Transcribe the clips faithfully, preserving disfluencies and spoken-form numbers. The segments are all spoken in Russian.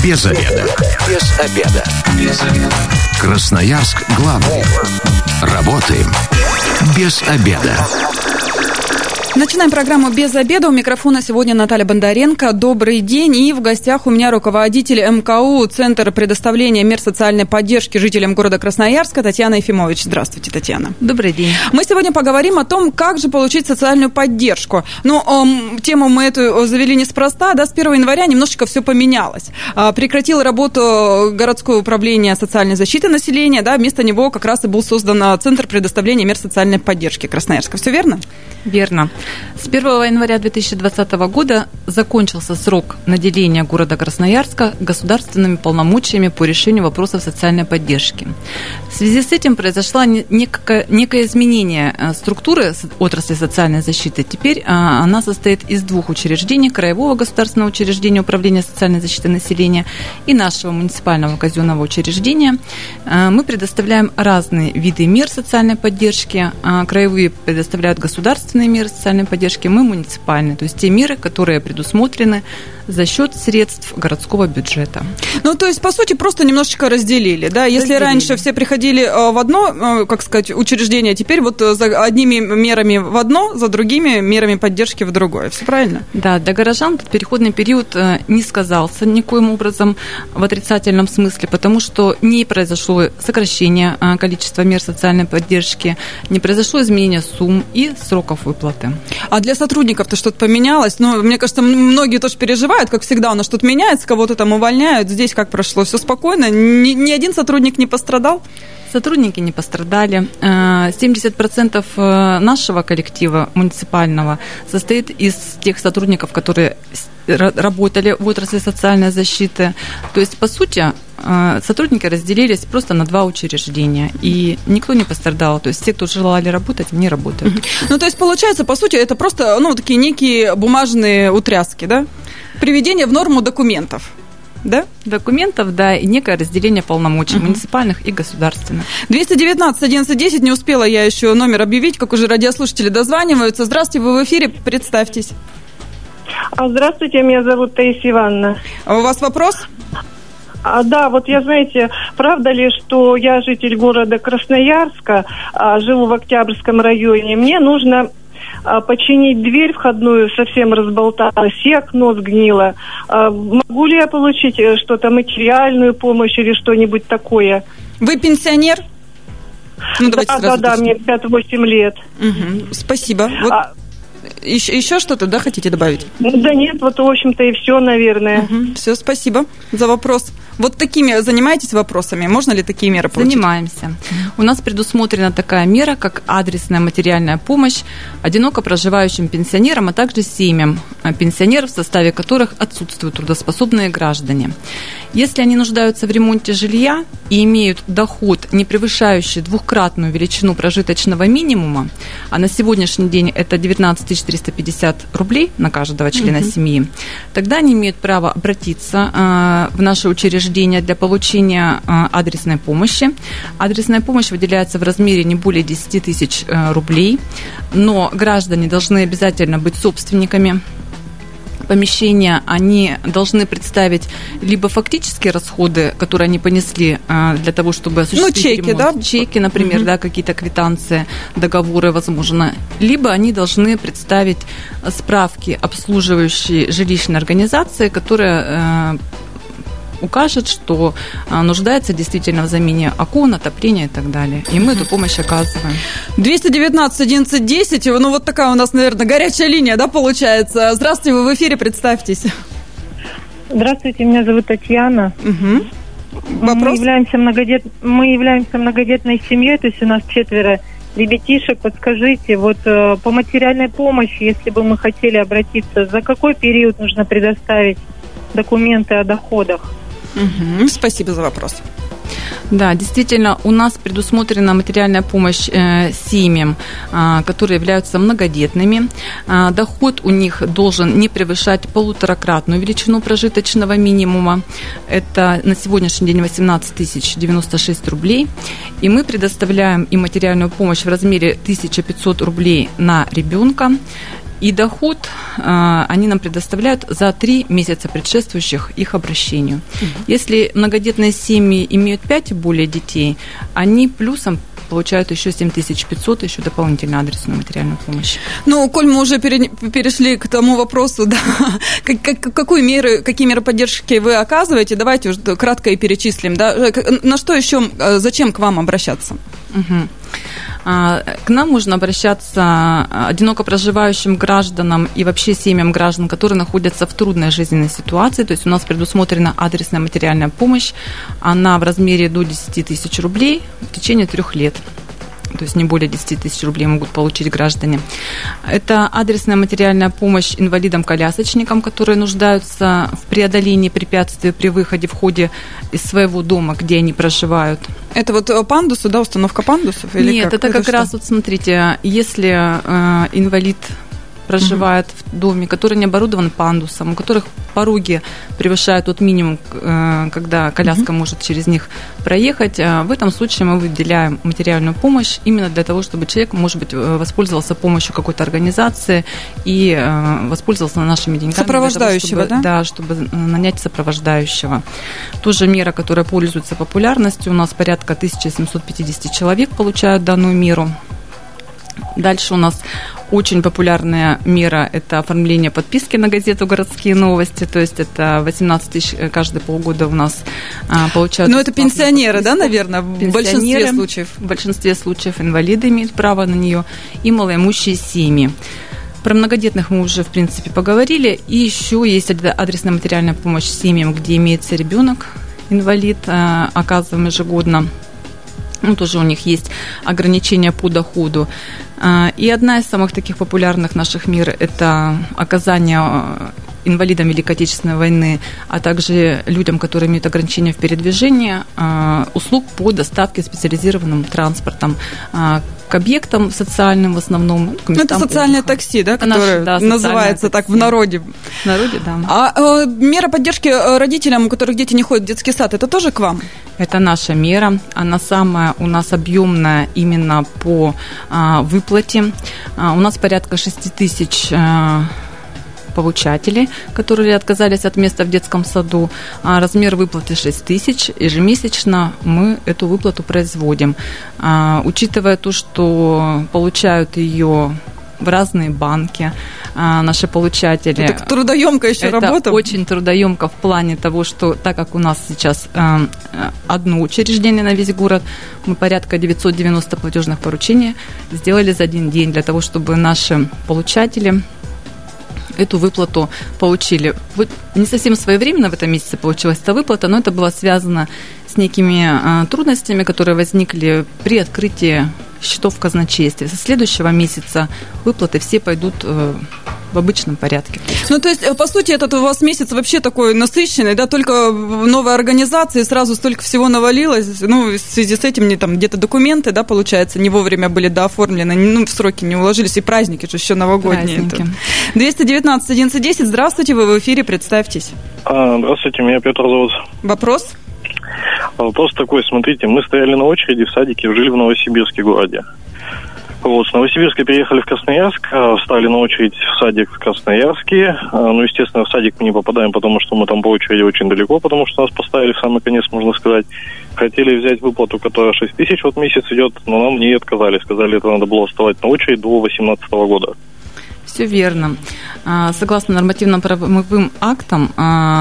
Без обеда. Без обеда. Без обеда. Красноярск главный. Работаем без обеда. Начинаем программу «Без обеда». У микрофона сегодня Наталья Бондаренко. Добрый день. И в гостях у меня руководитель эм ка у, Центр предоставления мер социальной поддержки жителям города Красноярска, Татьяна Ефимович. Здравствуйте, Татьяна. Добрый день. Мы сегодня поговорим о том, как же получить социальную поддержку. Ну, эм, тему мы эту завели неспроста. Да, с первого января немножечко все поменялось. Э, прекратило работу городское управление социальной защиты населения. Да, вместо него как раз и был создан Центр предоставления мер социальной поддержки Красноярска. Все верно? Верно. С первого января две тысячи двадцатого года закончился срок наделения города Красноярска государственными полномочиями по решению вопросов социальной поддержки. В связи с этим произошло некое, некое изменение структуры отрасли социальной защиты. Теперь она состоит из двух учреждений: Краевого государственного учреждения управления социальной защиты населения и нашего муниципального казенного учреждения. Мы предоставляем разные виды мер социальной поддержки. Краевые предоставляют государственные меры социальной поддержки, мы муниципальные, то есть те меры, которые предусмотрены за счет средств городского бюджета. Ну, то есть, по сути, просто немножечко разделили, да? Если разделили. Раньше все приходили в одно, как сказать, учреждение, теперь вот за одними мерами в одно, за другими мерами поддержки в другое. Все правильно? Да, для горожан этот переходный период не сказался никоим образом в отрицательном смысле, потому что не произошло сокращение количества мер социальной поддержки, не произошло изменение сумм и сроков выплаты. А для сотрудников-то что-то поменялось? Ну, мне кажется, многие тоже переживают, как всегда, у нас что-то меняется, кого-то там увольняют. Здесь как прошло? Все спокойно? Ни, ни один сотрудник не пострадал? Сотрудники не пострадали. семьдесят процентов нашего коллектива муниципального состоит из тех сотрудников, которые работали в отрасли социальной защиты. То есть, по сути, сотрудники разделились просто на два учреждения, и никто не пострадал. То есть, все, кто желали работать, они работают. Ну, то есть, получается, по сути, это просто, ну, такие некие бумажные утряски, да? Приведение в норму документов. Да? Документов, да, и некое разделение полномочий uh-huh. муниципальных и государственных. двести девятнадцать одиннадцать десять, не успела я еще номер объявить, как уже радиослушатели дозваниваются. Здравствуйте, вы в эфире, представьтесь. Здравствуйте, меня зовут Таисия Ивановна. А у вас вопрос? А, да, вот я, знаете, правда ли, что я житель города Красноярска, а, живу в Октябрьском районе, мне нужно а, починить дверь входную, совсем разболталась, и окно сгнило. А, могу ли я получить что-то, материальную помощь или что-нибудь такое? Вы пенсионер? Ну, да, да, да, мне пятьдесят восемь лет. Угу. Спасибо. Вот. А, Еще, еще что-то, да, хотите добавить? Да нет, вот, в общем-то, и все, наверное. Угу. Все, спасибо за вопрос. Вот такими занимаетесь вопросами? Можно ли такие меры получить? Занимаемся. У нас предусмотрена такая мера, как адресная материальная помощь одиноко проживающим пенсионерам, а также семьям пенсионеров, в составе которых отсутствуют трудоспособные граждане. Если они нуждаются в ремонте жилья и имеют доход, не превышающий двухкратную величину прожиточного минимума, а на сегодняшний день это девятнадцать тысяч триста пятьдесят рублей на каждого члена uh-huh. семьи, тогда они имеют право обратиться э, в наше учреждение для получения э, адресной помощи. Адресная помощь выделяется в размере не более десять тысяч э, рублей, но граждане должны обязательно быть собственниками помещения, они должны представить либо фактические расходы, которые они понесли а, для того, чтобы осуществить ну, чеки, ремонт. Да? Чеки, например, угу. да, какие-то квитанции, договоры, возможно. Либо они должны представить справки обслуживающей жилищной организации, которая укажет, что нуждается действительно в замене окон, отопления и так далее. И мы эту помощь оказываем. двести девятнадцать одиннадцать десять, ну вот такая у нас, наверное, горячая линия, да, получается. Здравствуйте, вы в эфире, представьтесь. Здравствуйте, меня зовут Татьяна. Угу. Вопрос? Мы являемся, многодет... Мы являемся многодетной семьей, то есть у нас четверо ребятишек. Подскажите, вот по материальной помощи, если бы мы хотели обратиться, за какой период нужно предоставить документы о доходах? Угу. Спасибо за вопрос. Да, действительно, у нас предусмотрена материальная помощь э, семьям, э, которые являются многодетными. Э, доход у них должен не превышать полуторакратную величину прожиточного минимума. Это на сегодняшний день восемнадцать тысяч девяносто шесть рублей. И мы предоставляем им материальную помощь в размере тысяча пятьсот рублей на ребенка И доход они нам предоставляют за три месяца, предшествующих их обращению. Угу. Если многодетные семьи имеют пять и более детей, они плюсом получают еще семь тысяч пятьсот, еще дополнительно адресную материальную помощь. Ну, коль мы уже перешли к тому вопросу, да, как, как, какую меры, какие меры поддержки вы оказываете, давайте уже кратко и перечислим. Да? На что еще, зачем к вам обращаться? Угу. К нам можно обращаться одиноко проживающим гражданам и вообще семьям граждан, которые находятся в трудной жизненной ситуации. То есть у нас предусмотрена адресная материальная помощь. Она в размере до десять тысяч рублей в течение трех лет. То есть не более десять тысяч рублей могут получить граждане. Это адресная материальная помощь инвалидам-колясочникам, которые нуждаются в преодолении препятствий при выходе в ходе из своего дома, где они проживают. Это вот пандусы, да, установка пандусов? Или Нет, как? это, это как что? раз, вот смотрите, если э, инвалид проживает mm-hmm. в доме, который не оборудован пандусом, у которых пороги превышают тот минимум, когда коляска mm-hmm. может через них проехать, в этом случае мы выделяем материальную помощь именно для того, чтобы человек, может быть, воспользовался помощью какой-то организации и воспользовался нашими деньгами. Сопровождающего, того, чтобы, да? Да, чтобы нанять сопровождающего. Тоже мера, которая пользуется популярностью. У нас порядка тысяча семьсот пятьдесят человек получают данную меру. Дальше у нас очень популярная мера – это оформление подписки на газету «Городские новости», то есть это восемнадцать тысяч каждые полгода у нас получают. Но это пенсионеры, подписку. Да, наверное, в большинстве случаев? В большинстве случаев инвалиды имеют право на нее и малоимущие семьи. Про многодетных мы уже, в принципе, поговорили. И еще есть адресная материальная помощь семьям, где имеется ребенок, инвалид, оказываем ежегодно. Ну, тоже у них есть ограничения по доходу. И одна из самых таких популярных наших мер – это оказание инвалидам Великой Отечественной войны, а также людям, которые имеют ограничения в передвижении, услуг по доставке специализированным транспортом к объектам социальным в основном. Ну, это социальное отдыха. Такси, да, которое Наш, да, называется так в народе. В народе, да. А э, мера поддержки родителям, у которых дети не ходят в детский сад, это тоже к вам? Это наша мера. Она самая у нас объемная именно по а, выплате. А, у нас порядка шесть тысяч а, получателей, которые отказались от места в детском саду. А, размер выплаты шесть тысяч. Ежемесячно мы эту выплату производим. А, учитывая то, что получают ее в разные банки а, наши получатели. Это трудоемкая еще это работа. Это очень трудоемко в плане того, что так как у нас сейчас а, одно учреждение на весь город, мы порядка девятьсот девяносто платежных поручений сделали за один день для того, чтобы наши получатели эту выплату получили. Вот не совсем своевременно в этом месяце получилась эта выплата, но это было связано с некими а, трудностями, которые возникли при открытии счетов в казначействе. Со следующего месяца выплаты все пойдут э, в обычном порядке. Ну, то есть, по сути, этот у вас месяц вообще такой насыщенный, да, только в новой организации сразу столько всего навалилось, ну, в связи с этим там где-то документы, да, получается, не вовремя были дооформлены, ну, в сроки не уложились, и праздники же еще новогодние. двести девятнадцать одиннадцать десять, здравствуйте, вы в эфире, представьтесь. А, здравствуйте, меня Петр зовут. Вопрос? Вопрос такой, смотрите, мы стояли на очереди в садике, жили в Новосибирске городе. Вот, с Новосибирска переехали в Красноярск, встали на очередь в садик в Красноярске. Ну, естественно, в садик мы не попадаем, потому что мы там по очереди очень далеко, потому что нас поставили в самый конец, можно сказать. Хотели взять выплату, которая шесть тысяч вот месяц идет, но нам не отказали. Сказали, это надо было вставать на очередь до восемнадцатого года. Все верно. Согласно нормативно-правовым актам,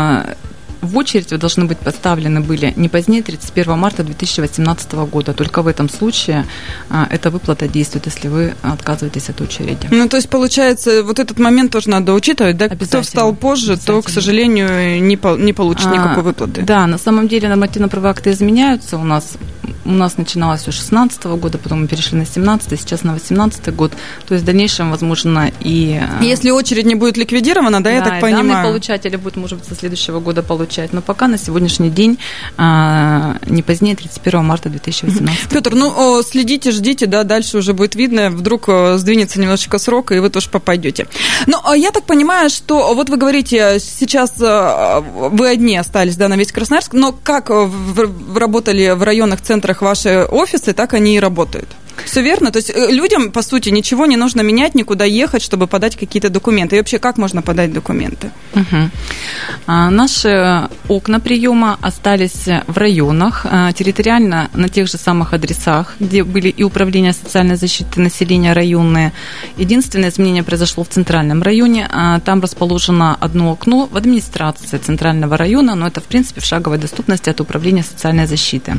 в очередь вы должны быть поставлены были не позднее тридцать первого марта две тысячи восемнадцатого года. Только в этом случае а, эта выплата действует, если вы отказываетесь от очереди. Ну, то есть, получается, вот этот момент тоже надо учитывать, да? Кто встал позже, то, к сожалению, не, по, не получит а, никакой выплаты. Да, на самом деле нормативно-правовые акты изменяются у нас. У нас начиналось все с шестнадцатого года, потом мы перешли на семнадцатый, сейчас на восемнадцатый год. То есть в дальнейшем, возможно, и... Если очередь не будет ликвидирована, да, да я так понимаю? Да, данные получатели будут, может быть, со следующего года получать. Но пока на сегодняшний день а, не позднее тридцать первого марта две тысячи восемнадцатого. Петр, ну, следите, ждите, да, дальше уже будет видно, вдруг сдвинется немножечко срок, и вы тоже попадете. Но я так понимаю, что вот вы говорите, сейчас вы одни остались, да, на весь Красноярск, но как работали в районных центрах ваши офисы, так они и работают. Все верно? То есть людям, по сути, ничего не нужно менять, никуда ехать, чтобы подать какие-то документы. И вообще, как можно подать документы? Угу. А, наши окна приема остались в районах, а, территориально на тех же самых адресах, где были и управления социальной защиты населения районные. Единственное изменение произошло в центральном районе. А, там расположено одно окно в администрации центрального района, но это, в принципе, в шаговой доступности от управления социальной защиты.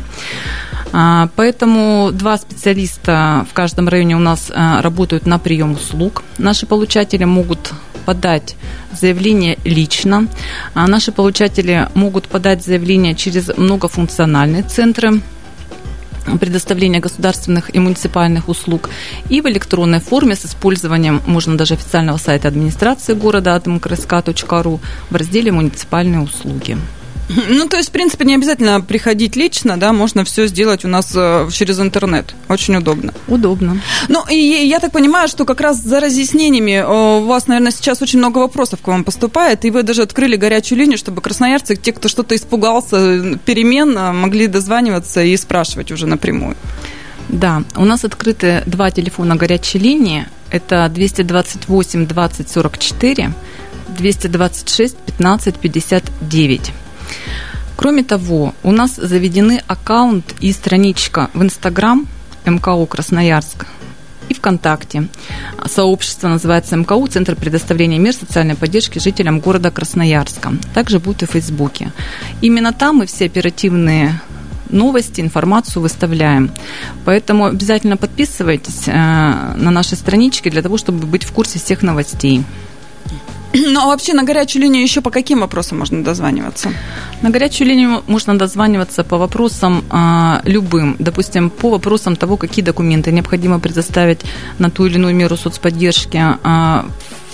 А, поэтому два специалиста в каждом районе у нас а, работают на прием услуг. Наши получатели могут подать заявление лично. А наши получатели могут подать заявление через многофункциональные центры предоставления государственных и муниципальных услуг и в электронной форме с использованием, можно даже официального сайта администрации города эй ди эм ка эр эс ка точка ру в разделе «Муниципальные услуги». Ну, то есть, в принципе, не обязательно приходить лично, да, можно все сделать у нас через интернет. Очень удобно. Удобно. Ну, и я так понимаю, что как раз за разъяснениями у вас, наверное, сейчас очень много вопросов к вам поступает, и вы даже открыли горячую линию, чтобы красноярцы, те, кто что-то испугался перемен, могли дозваниваться и спрашивать уже напрямую. Да, у нас открыты два телефона горячей линии. Это двести двадцать восемь двадцать сорок четыре, двести двадцать шесть пятнадцать пятьдесят девять. Кроме того, у нас заведены аккаунт и страничка в Инстаграм эм ка у Красноярск и ВКонтакте. Сообщество называется эм ка у «Центр предоставления мер социальной поддержки жителям города Красноярска». Также будет и в Фейсбуке. Именно там мы все оперативные новости, информацию выставляем. Поэтому обязательно подписывайтесь на наши странички для того, чтобы быть в курсе всех новостей. Ну, а вообще на горячую линию еще по каким вопросам можно дозваниваться? На горячую линию можно дозваниваться по вопросам а, любым. Допустим, по вопросам того, какие документы необходимо предоставить на ту или иную меру соцподдержки, а,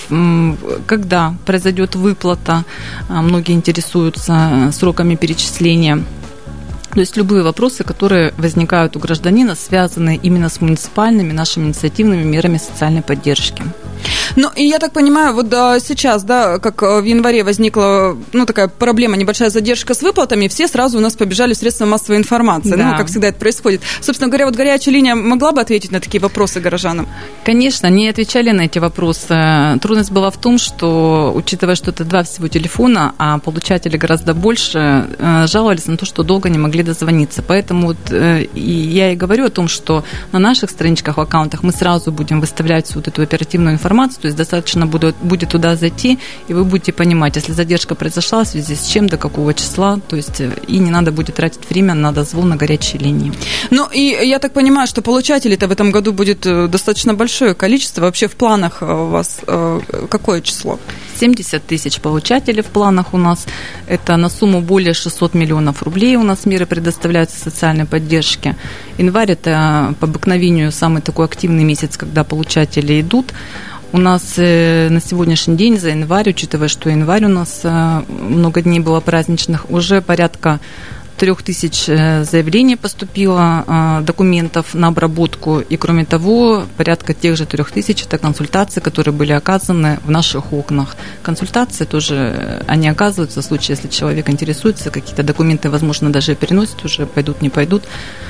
когда произойдет выплата. А, многие интересуются сроками перечисления. То есть любые вопросы, которые возникают у гражданина, связаны именно с муниципальными нашими инициативными мерами социальной поддержки. Ну, и я так понимаю, вот да, сейчас, да, как в январе возникла, ну, такая проблема, небольшая задержка с выплатами, все сразу у нас побежали в средства массовой информации, да. Ну, как всегда это происходит. Собственно говоря, вот горячая линия могла бы ответить на такие вопросы горожанам? Конечно, они отвечали на эти вопросы. Трудность была в том, что, учитывая, что это два всего телефона, а получатели гораздо больше, жаловались на то, что долго не могли дозвониться. Поэтому вот я и говорю о том, что на наших страничках, в аккаунтах мы сразу будем выставлять всю вот эту оперативную информацию, то есть достаточно будет, будет туда зайти, и вы будете понимать, если задержка произошла, в связи с чем, до какого числа, то есть и не надо будет тратить время на дозвол на горячей линии. Ну, и я так понимаю, что получателей-то в этом году будет достаточно большое количество. Вообще в планах у вас какое число? семьдесят тысяч получателей в планах у нас. Это на сумму более шестьсот миллионов рублей у нас меры предоставляются социальной поддержки. Январь – это по обыкновению самый такой активный месяц, когда получатели идут. У нас на сегодняшний день за январь, учитывая, что январь у нас много дней было праздничных, уже порядка трех тысяч заявлений поступило, документов на обработку, и кроме того, порядка тех же трех тысяч это консультации, которые были оказаны в наших окнах. Консультации тоже, они оказываются в случае, если человек интересуется, какие-то документы, возможно, даже переносят уже, пойдут, не пойдут.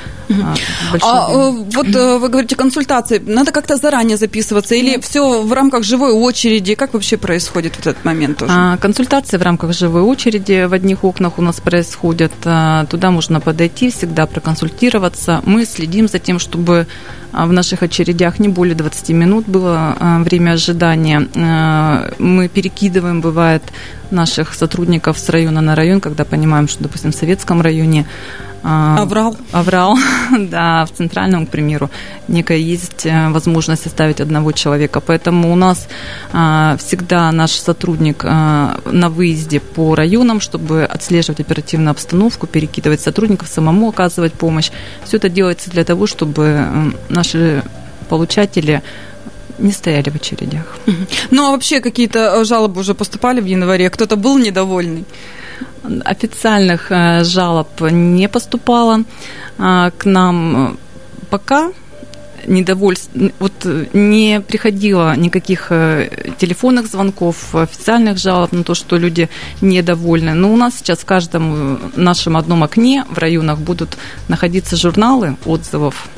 А, вот вы говорите, консультации, надо как-то заранее записываться или все в рамках живой очереди? Как вообще происходит в этот момент тоже? А, консультации в рамках живой очереди в одних окнах у нас происходят. Туда можно подойти, всегда проконсультироваться. Мы следим за тем, чтобы в наших очередях не более двадцати минут было время ожидания. Мы перекидываем, бывает, наших сотрудников с района на район, когда понимаем, что, допустим, в Советском районе Аврал. Аврал, да, в Центральном, к примеру, некая есть возможность оставить одного человека. Поэтому у нас а, всегда наш сотрудник а, на выезде по районам, чтобы отслеживать оперативную обстановку, перекидывать сотрудников, самому оказывать помощь. Все это делается для того, чтобы наши получатели не стояли в очередях. Ну, а вообще какие-то жалобы уже поступали в январе? Кто-то был недовольный? Официальных жалоб не поступало к нам пока. Недовольств... Вот не приходило никаких телефонных звонков, официальных жалоб на то, что люди недовольны. Но у нас сейчас в каждом нашем одном окне в районах будут находиться журналы отзывов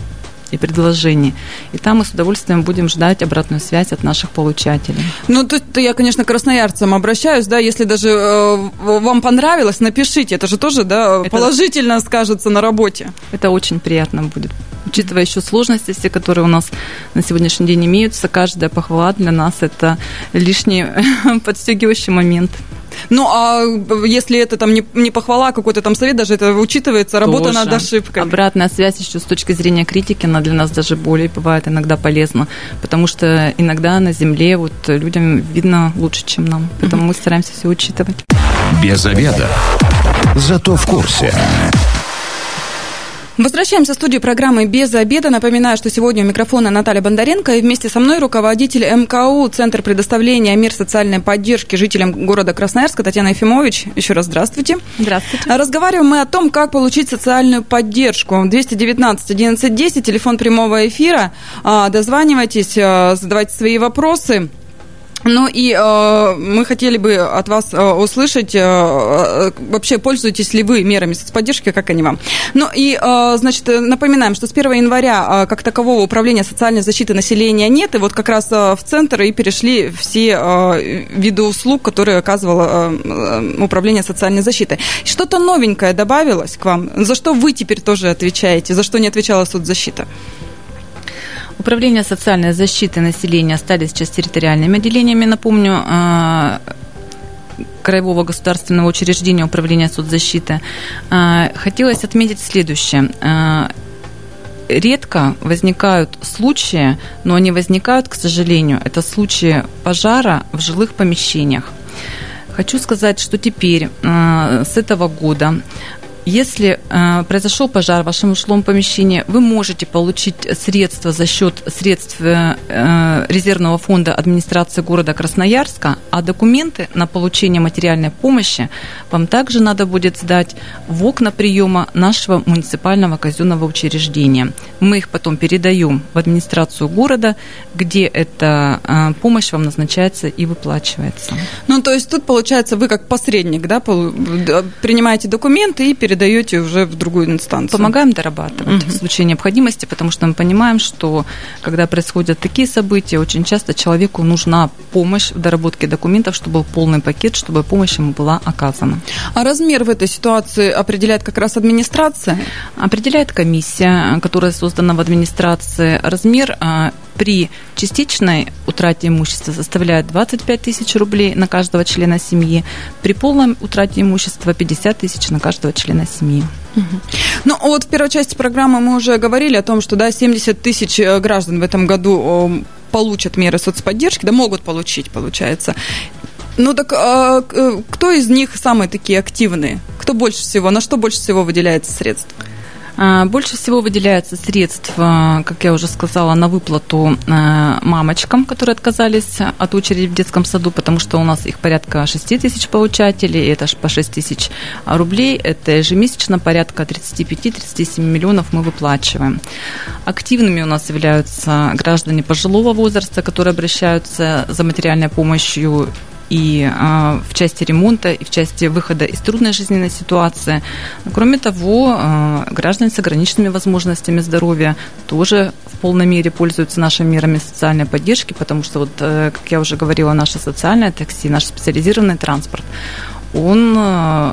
и предложений. И там мы с удовольствием будем ждать обратную связь от наших получателей. Ну, тут я, конечно, к красноярцам обращаюсь, да, если даже э, вам понравилось, напишите, это же тоже, да, это... положительно скажется на работе. Это очень приятно будет. Учитывая еще сложности все, которые у нас на сегодняшний день имеются, каждая похвала для нас – это лишний подстегивающий момент. Ну, а если это там не, не похвала, а какой-то там совет, даже это учитывается, работа Тоже. над ошибками. Обратная связь еще с точки зрения критики, она для нас даже более бывает иногда полезна, потому что иногда на земле вот людям видно лучше, чем нам. Поэтому mm-hmm. мы стараемся все учитывать. Без обеда. Зато в курсе. Возвращаемся в студию программы «Без обеда». Напоминаю, что сегодня у микрофона Наталья Бондаренко, и вместе со мной руководитель эм ка у, Центр предоставления мер социальной поддержки жителям города Красноярска, Татьяна Ефимович. Еще раз здравствуйте. Здравствуйте. Разговариваем мы о том, как получить социальную поддержку. двести девятнадцать одиннадцать десять, телефон прямого эфира. Дозванивайтесь, задавайте свои вопросы. Ну и э, мы хотели бы от вас э, услышать, э, вообще пользуетесь ли вы мерами соцподдержки, как они вам. Ну и, э, значит, напоминаем, что с первого января э, как такового управления социальной защиты населения нет, и вот как раз э, в центр и перешли все э, виды услуг, которые оказывало э, управление социальной защиты. Что-то новенькое добавилось к вам? За что вы теперь тоже отвечаете, за что не отвечала соцзащита? Управление социальной защиты населения стали сейчас территориальными отделениями, напомню, Краевого государственного учреждения управления соцзащиты. Хотелось отметить следующее. Редко возникают случаи, но они возникают, к сожалению, это случаи пожара в жилых помещениях. Хочу сказать, что теперь, с этого года, если э, произошел пожар в вашем жилом помещении, вы можете получить средства за счет средств э, резервного фонда администрации города Красноярска, а документы на получение материальной помощи вам также надо будет сдать в окна приема нашего муниципального казенного учреждения. Мы их потом передаем в администрацию города, где эта э, помощь вам назначается и выплачивается. Ну, то есть тут, получается, вы как посредник, да, принимаете документы и передаете передаете уже в другую инстанцию. Помогаем дорабатывать угу. в случае необходимости, потому что мы понимаем, что когда происходят такие события, очень часто человеку нужна помощь в доработке документов, чтобы был полный пакет, чтобы помощь ему была оказана. А размер в этой ситуации определяет как раз администрация? Определяет комиссия, которая создана в администрации. Размер при частичной утрате имущества составляет двадцать пять тысяч рублей на каждого члена семьи, при полной утрате имущества пятьдесят тысяч на каждого члена семьи. Угу. Ну, вот в первой части программы мы уже говорили о том, что да, семьдесят тысяч граждан в этом году получат меры соцподдержки, да, могут получить, получается. Ну так а, кто из них самые такие активные? Кто больше всего, на что больше всего выделяется средств? Больше всего выделяется средств, как я уже сказала, на выплату мамочкам, которые отказались от очереди в детском саду, потому что у нас их порядка шесть тысяч получателей, это по шесть тысяч рублей, это ежемесячно порядка тридцать пять - тридцать семь миллионов мы выплачиваем. Активными у нас являются граждане пожилого возраста, которые обращаются за материальной помощью и э, в части ремонта, и в части выхода из трудной жизненной ситуации. Кроме того, э, граждане с ограниченными возможностями здоровья тоже в полной мере пользуются нашими мерами социальной поддержки, потому что, вот, э, как я уже говорила, наше социальное такси, наш специализированный транспорт, он э,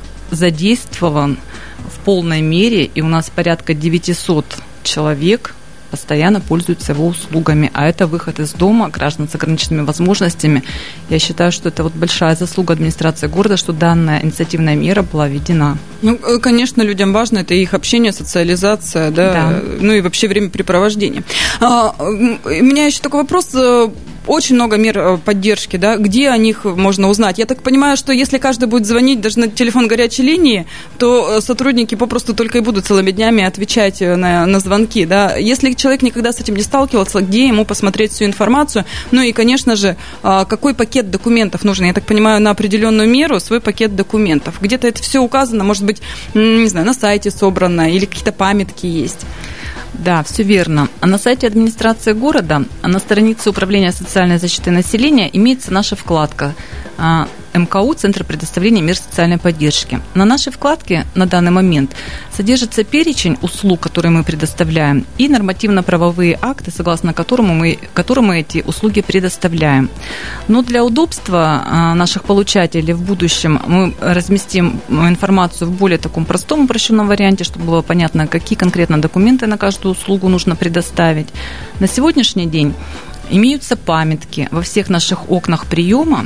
задействован в полной мере, и у нас порядка девятьсот человек постоянно пользуются его услугами, а это выход из дома граждан с ограниченными возможностями. Я считаю, что это вот большая заслуга администрации города, что данная инициативная мера была введена. Ну, конечно, людям важно, это их общение, социализация, да, да. Ну и вообще времяпрепровождение. А, у меня еще такой вопрос. Очень много мер поддержки, да, где о них можно узнать? Я так понимаю, что если каждый будет звонить даже на телефон горячей линии, то сотрудники попросту только и будут целыми днями отвечать на, на звонки, да. Если человек никогда с этим не сталкивался, где ему посмотреть всю информацию? Ну и, конечно же, какой пакет документов нужен? Я так понимаю, на определенную меру свой пакет документов. Где-то это все указано, может быть, не знаю, на сайте собрано или какие-то памятки есть. Да, все верно. А на сайте администрации города, на странице управления социальной защиты населения имеется наша вкладка эм ка у, Центр предоставления мер социальной поддержки. На нашей вкладке на данный момент содержится перечень услуг, которые мы предоставляем, и нормативно-правовые акты, согласно которому мы, которым мы эти услуги предоставляем. Но для удобства наших получателей в будущем мы разместим информацию в более таком простом, упрощенном варианте, чтобы было понятно, какие конкретно документы на каждую услугу нужно предоставить. На сегодняшний день имеются памятки во всех наших окнах приема,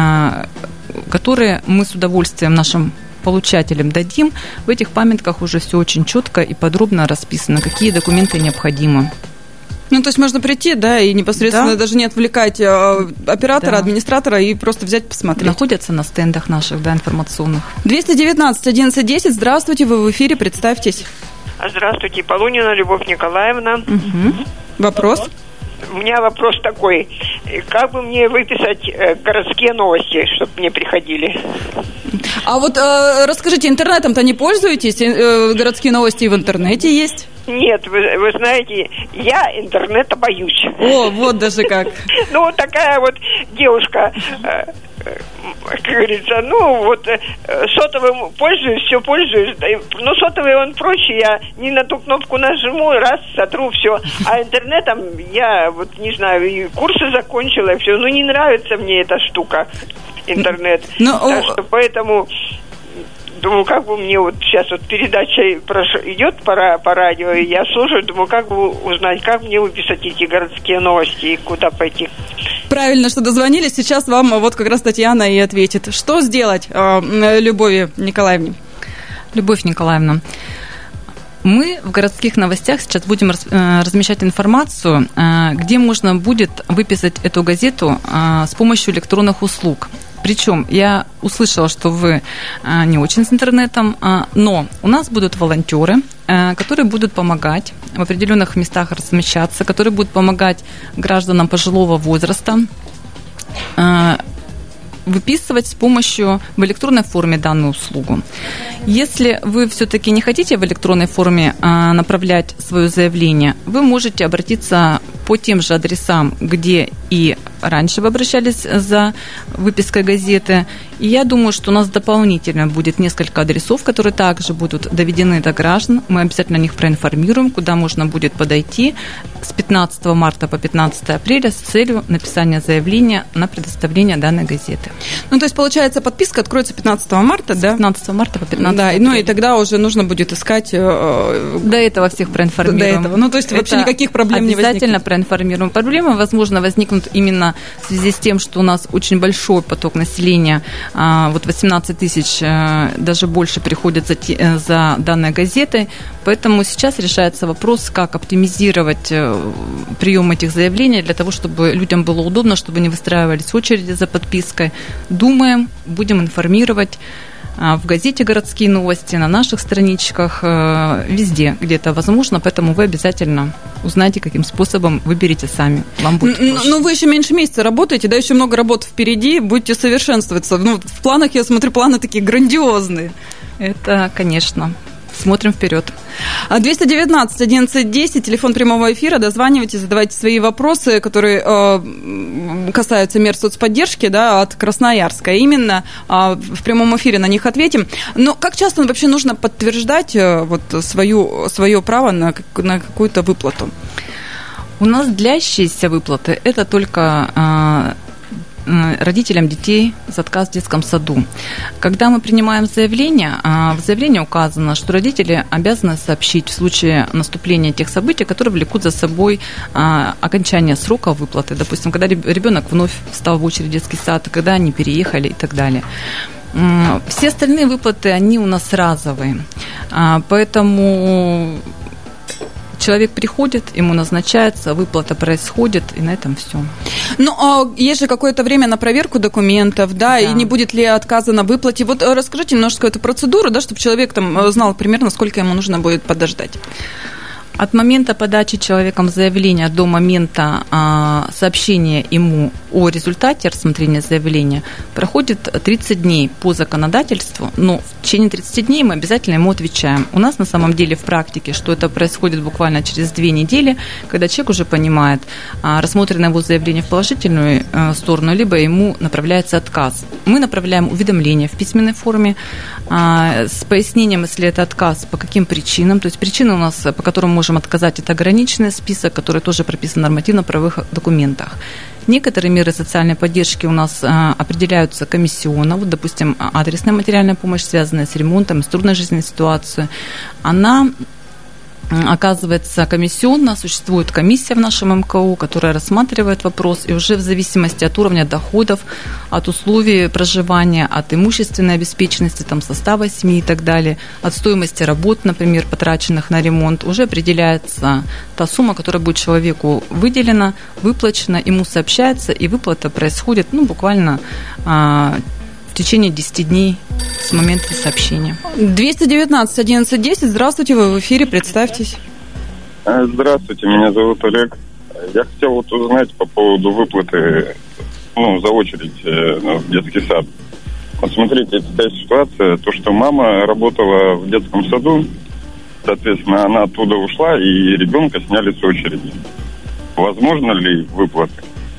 которые мы с удовольствием нашим получателям дадим. В этих памятках уже все очень четко и подробно расписано, какие документы необходимы. Ну, то есть можно прийти, да, и непосредственно да. даже не отвлекать оператора, да. администратора и просто взять, посмотреть. Находятся на стендах наших, да, информационных. двести девятнадцать одиннадцать десять, здравствуйте, вы в эфире, представьтесь. Здравствуйте, Полунина Любовь Николаевна. Угу. Вопрос? У меня вопрос такой. Как бы мне выписать э, городские новости, чтобы мне приходили? А вот э, расскажите, интернетом-то не пользуетесь? Э, городские новости и в интернете есть? Нет, вы, вы знаете, я интернета боюсь. О, вот даже как. Ну, вот такая вот девушка, как говорится, ну, вот сотовым пользуюсь, все пользуюсь. Но сотовый он проще, я не на ту кнопку нажму, раз, сотру, все. А интернетом я, вот, не знаю, и курсы закончила, и все. Ну, не нравится мне эта штука, интернет. Но... Так что поэтому... Думаю, как бы мне вот сейчас вот передача идет по, по радио, и я слушаю, думаю, как бы узнать, как мне выписать эти городские новости и куда пойти. Правильно, что дозвонились. Сейчас вам вот как раз Татьяна и ответит. Что сделать э, Любови Николаевне? Любовь Николаевна, мы в городских новостях сейчас будем раз, э, размещать информацию, э, где можно будет выписать эту газету э, с помощью электронных услуг. Причем я услышала, что вы а, не очень с интернетом, а, но у нас будут волонтеры, а, которые будут помогать в определенных местах размещаться, которые будут помогать гражданам пожилого возраста а, выписывать с помощью в электронной форме данную услугу. Если вы все-таки не хотите в электронной форме а, направлять свое заявление, вы можете обратиться по тем же адресам, где и раньше вы обращались за выпиской газеты. И я думаю, что у нас дополнительно будет несколько адресов, которые также будут доведены до граждан. Мы обязательно о них проинформируем, куда можно будет подойти с пятнадцатого марта по пятнадцатое апреля с целью написания заявления на предоставление данной газеты. Ну, то есть, получается, подписка откроется пятнадцатого марта, да? С пятнадцатого марта по пятнадцатое да, апреля. Ну, и тогда уже нужно будет искать... Э, до этого всех проинформируем. До этого. Ну, то есть, вообще никаких проблем не возникнет. Обязательно проинформируем. Проблемы, возможно, возникнут именно в связи с тем, что у нас очень большой поток населения, вот восемнадцать тысяч, даже больше приходят за, за данной газетой, поэтому сейчас решается вопрос, как оптимизировать прием этих заявлений для того, чтобы людям было удобно, чтобы не выстраивались очереди за подпиской. Думаем, будем информировать в газете «Городские новости», на наших страничках, везде, где это возможно, поэтому вы обязательно узнаете, каким способом выберете сами. Вам будет проще. Ну, вы еще меньше месяца работаете, да, еще много работы впереди, будете совершенствоваться. Ну, в планах, я смотрю, планы такие грандиозные. Это, конечно. Смотрим вперед. двести девятнадцать одиннадцать десять, телефон прямого эфира, дозванивайтесь, задавайте свои вопросы, которые э, касаются мер соцподдержки, да, от Красноярска. Именно э, в прямом эфире на них ответим. Но как часто вообще нужно подтверждать э, вот, свою, свое право на, на какую-то выплату? У нас длящиеся выплаты – это только... Э, родителям детей за отказ в детском саду. Когда мы принимаем заявление, в заявлении указано, что родители обязаны сообщить в случае наступления тех событий, которые влекут за собой окончание срока выплаты. Допустим, когда ребенок вновь встал в очередь в детский сад, когда они переехали и так далее. Все остальные выплаты, они у нас разовые. Поэтому... Человек приходит, ему назначается, выплата происходит, и на этом все. Ну, а есть же какое-то время на проверку документов, да, да, и не будет ли отказано в выплате. Вот расскажите немножко эту процедуру, да, чтобы человек там знал примерно, сколько ему нужно будет подождать. От момента подачи человеком заявления до момента а, сообщения ему о результате рассмотрения заявления проходит тридцать дней по законодательству, но в течение тридцати дней мы обязательно ему отвечаем. У нас на самом деле в практике, что это происходит буквально через две недели, когда человек уже понимает, рассмотрено его заявление в положительную сторону, либо ему направляется отказ. Мы направляем уведомление в письменной форме с пояснением, если это отказ, по каким причинам. То есть причины у нас, по которым мы можем отказать, это ограниченный список, который тоже прописан в нормативно-правовых документах. Некоторые меры социальной поддержки у нас определяются комиссионно. Вот, допустим, адресная материальная помощь, связанная с ремонтом, с трудной жизненной ситуацией, она оказывается комиссионно. Существует комиссия в нашем эм ка у, которая рассматривает вопрос, и уже в зависимости от уровня доходов, от условий проживания, от имущественной обеспеченности, там, состава семьи и так далее, от стоимости работ, например, потраченных на ремонт, уже определяется та сумма, которая будет человеку выделена, выплачена, ему сообщается, и выплата происходит, ну, буквально а, в течение десяти дней с момента сообщения. двести девятнадцать одиннадцать десять. Здравствуйте, вы в эфире, представьтесь. Здравствуйте, меня зовут Олег. Я хотел вот узнать по поводу выплаты, ну, за очередь в детский сад. Вот смотрите, это такая ситуация, то, что мама работала в детском саду, соответственно, она оттуда ушла, и ребенка сняли с очереди. Возможно ли выплаты?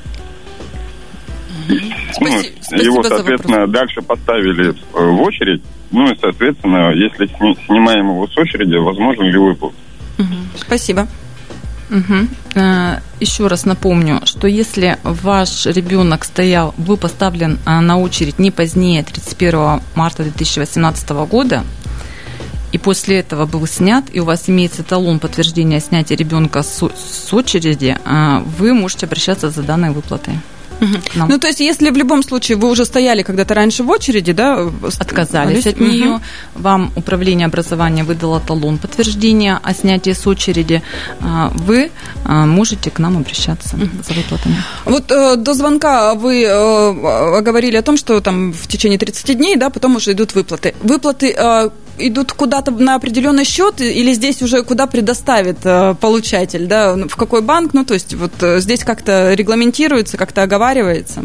Спасибо, ну, спасибо его, за соответственно, вопрос. дальше поставили в очередь. Ну и, соответственно, если снимаем его с очереди, возможно ли выплата? Угу. Спасибо. Угу. Еще раз напомню, что если ваш ребенок стоял, был поставлен на очередь не позднее тридцать первого марта две тысячи восемнадцатого года, и после этого был снят, и у вас имеется талон подтверждения снятия ребенка с очереди, вы можете обращаться за данной выплатой. Угу. Ну, то есть, если в любом случае вы уже стояли когда-то раньше в очереди, да, отказались от нее, угу. вам управление образования выдало талон подтверждения о снятии с очереди, вы можете к нам обращаться угу. за выплатами. Вот э, до звонка вы э, говорили о том, что там в течение тридцати дней, да, потом уже идут выплаты. Выплаты э, идут куда-то на определенный счет или здесь уже куда предоставит э, получатель, да, в какой банк, ну, то есть вот э, здесь как-то регламентируется, как-то оговаривается?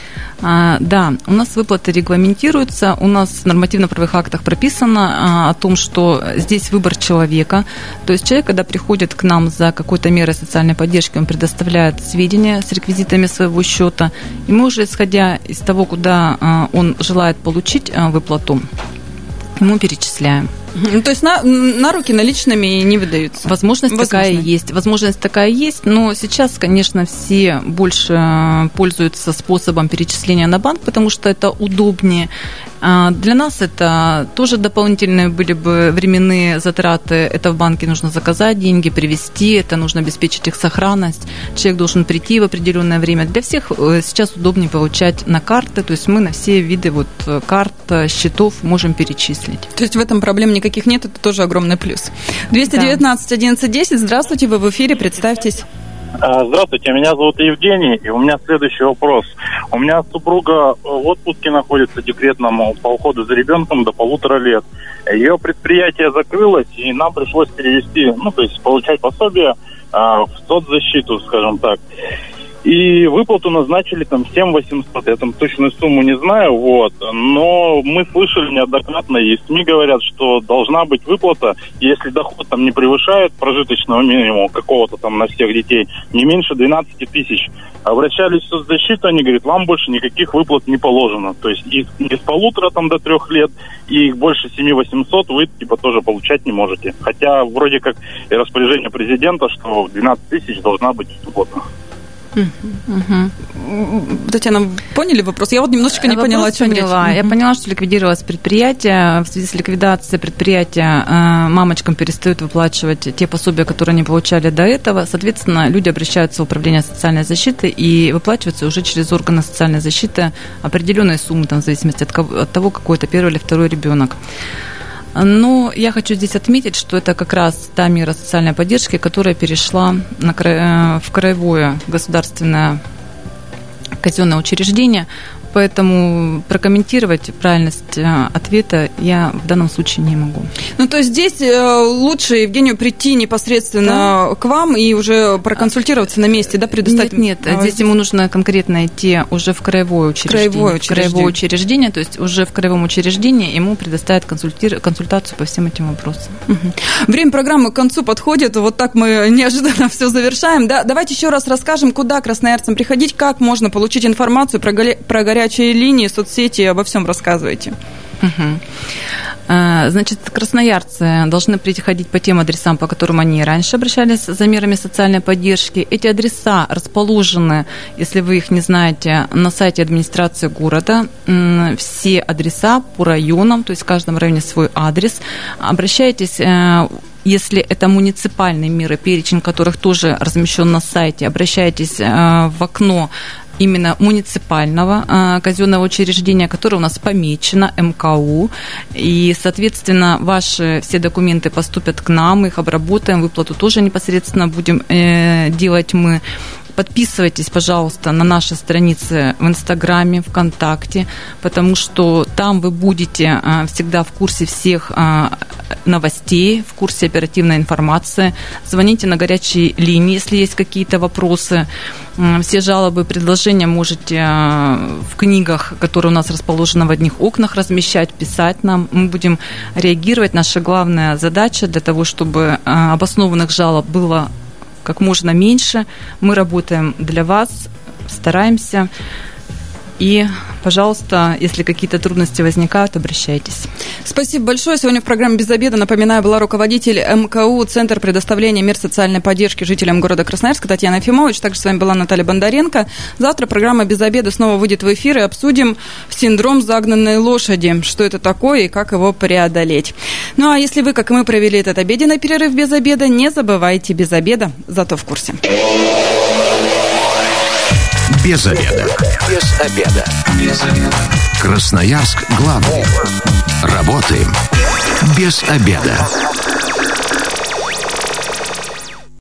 А, да, у нас выплаты регламентируются, у нас в нормативно-правовых актах прописано а, о том, что здесь выбор человека, то есть человек, когда приходит к нам за какой-то мерой социальной поддержки, он предоставляет сведения с реквизитами своего счета, и мы уже, исходя из того, куда а, он желает получить а, выплату, ему перечисляем. Ну, то есть на, на руки наличными не выдаются? Возможность Возможно. такая есть. Возможность такая есть, но сейчас, конечно, все больше пользуются способом перечисления на банк, потому что это удобнее. Для нас это тоже дополнительные были бы временные затраты. Это в банке нужно заказать деньги, привезти, это нужно обеспечить их сохранность. Человек должен прийти в определенное время. Для всех сейчас удобнее получать на карты, то есть мы на все виды вот карт, счетов можем перечислить. То есть в этом проблем никаких нет, это тоже огромный плюс. двести девятнадцать одиннадцать десять, здравствуйте, вы в эфире, представьтесь. Здравствуйте, меня зовут Евгений, и у меня следующий вопрос. У меня супруга в отпуске находится декретном по уходу за ребенком до полутора лет. Ее предприятие закрылось, и нам пришлось перевести, ну, то есть получать пособие а, в соцзащиту, скажем так. И выплату назначили там семь тысяч восемьсот. Я там точную сумму не знаю, вот. Но мы слышали неоднократно, и СМИ говорят, что должна быть выплата, если доход там не превышает прожиточного минимума какого-то там на всех детей, не меньше двенадцать тысяч. Обращались в соцзащиту, они говорят, вам больше никаких выплат не положено. То есть их из полутора там до трех лет, и их больше семь тысяч восемьсот вы типа тоже получать не можете. Хотя вроде как и распоряжение президента, что двенадцать тысяч должна быть выплата. Угу. Татьяна, поняли вопрос? Я вот немножечко не вопрос поняла, о чем поняла. речь. Я поняла, что ликвидировалось предприятие. В связи с ликвидацией предприятия мамочкам перестают выплачивать те пособия, которые они получали до этого. Соответственно, люди обращаются в управление социальной защиты и выплачиваются уже через органы социальной защиты определенные суммы, там, в зависимости от, кого, от того, какой это первый или второй ребенок. Но я хочу здесь отметить, что это как раз та мера социальной поддержки, которая перешла на кра... в краевое государственное казенное учреждение поэтому прокомментировать правильность ответа я в данном случае не могу. Ну, то есть здесь лучше Евгению прийти непосредственно да. к вам и уже проконсультироваться на месте, да, предоставить? Нет, нет, а, здесь ему нужно конкретно идти уже в краевое учреждение. Краевое учреждение. В краевое учреждение, то есть уже в краевом учреждении ему предоставят консультацию по всем этим вопросам. Угу. Время программы к концу подходит, вот так мы неожиданно все завершаем. Да? Давайте еще раз расскажем, куда красноярцам приходить, как можно получить информацию про, горе... про горячие линии, соцсети, обо всем рассказывайте. Угу. Значит, красноярцы должны приходить по тем адресам, по которым они раньше обращались за мерами социальной поддержки. Эти адреса расположены, если вы их не знаете, на сайте администрации города. Все адреса по районам, то есть в каждом районе свой адрес. Обращайтесь, если это муниципальные меры, перечень которых тоже размещен на сайте, обращайтесь в окно именно муниципального э, казенного учреждения, которое у нас помечено эм ка у, и, соответственно, ваши все документы поступят к нам, мы их обработаем, выплату тоже непосредственно будем э, делать мы. Подписывайтесь, пожалуйста, на наши страницы в Инстаграме, ВКонтакте, потому что там вы будете э, всегда в курсе всех э, новостей, в курсе оперативной информации. Звоните на горячие линии, если есть какие-то вопросы. Все жалобы, предложения можете в книгах, которые у нас расположены в одних окнах, размещать, писать нам. Мы будем реагировать. Наша главная задача для того, чтобы обоснованных жалоб было как можно меньше. Мы работаем для вас, стараемся. И, пожалуйста, если какие-то трудности возникают, обращайтесь. Спасибо большое. Сегодня в программе «Без обеда», напоминаю, была руководитель эм ка у, Центр предоставления мер социальной поддержки жителям города Красноярска, Татьяна Ефимович. Также с вами была Наталья Бондаренко. Завтра программа «Без обеда» снова выйдет в эфир и обсудим синдром загнанной лошади. Что это такое и как его преодолеть. Ну, а если вы, как и мы, провели этот обеденный перерыв без обеда, не забывайте «Без обеда», зато в курсе. Без обеда. Без обеда. Без обеда. Красноярск главный. Работаем без обеда.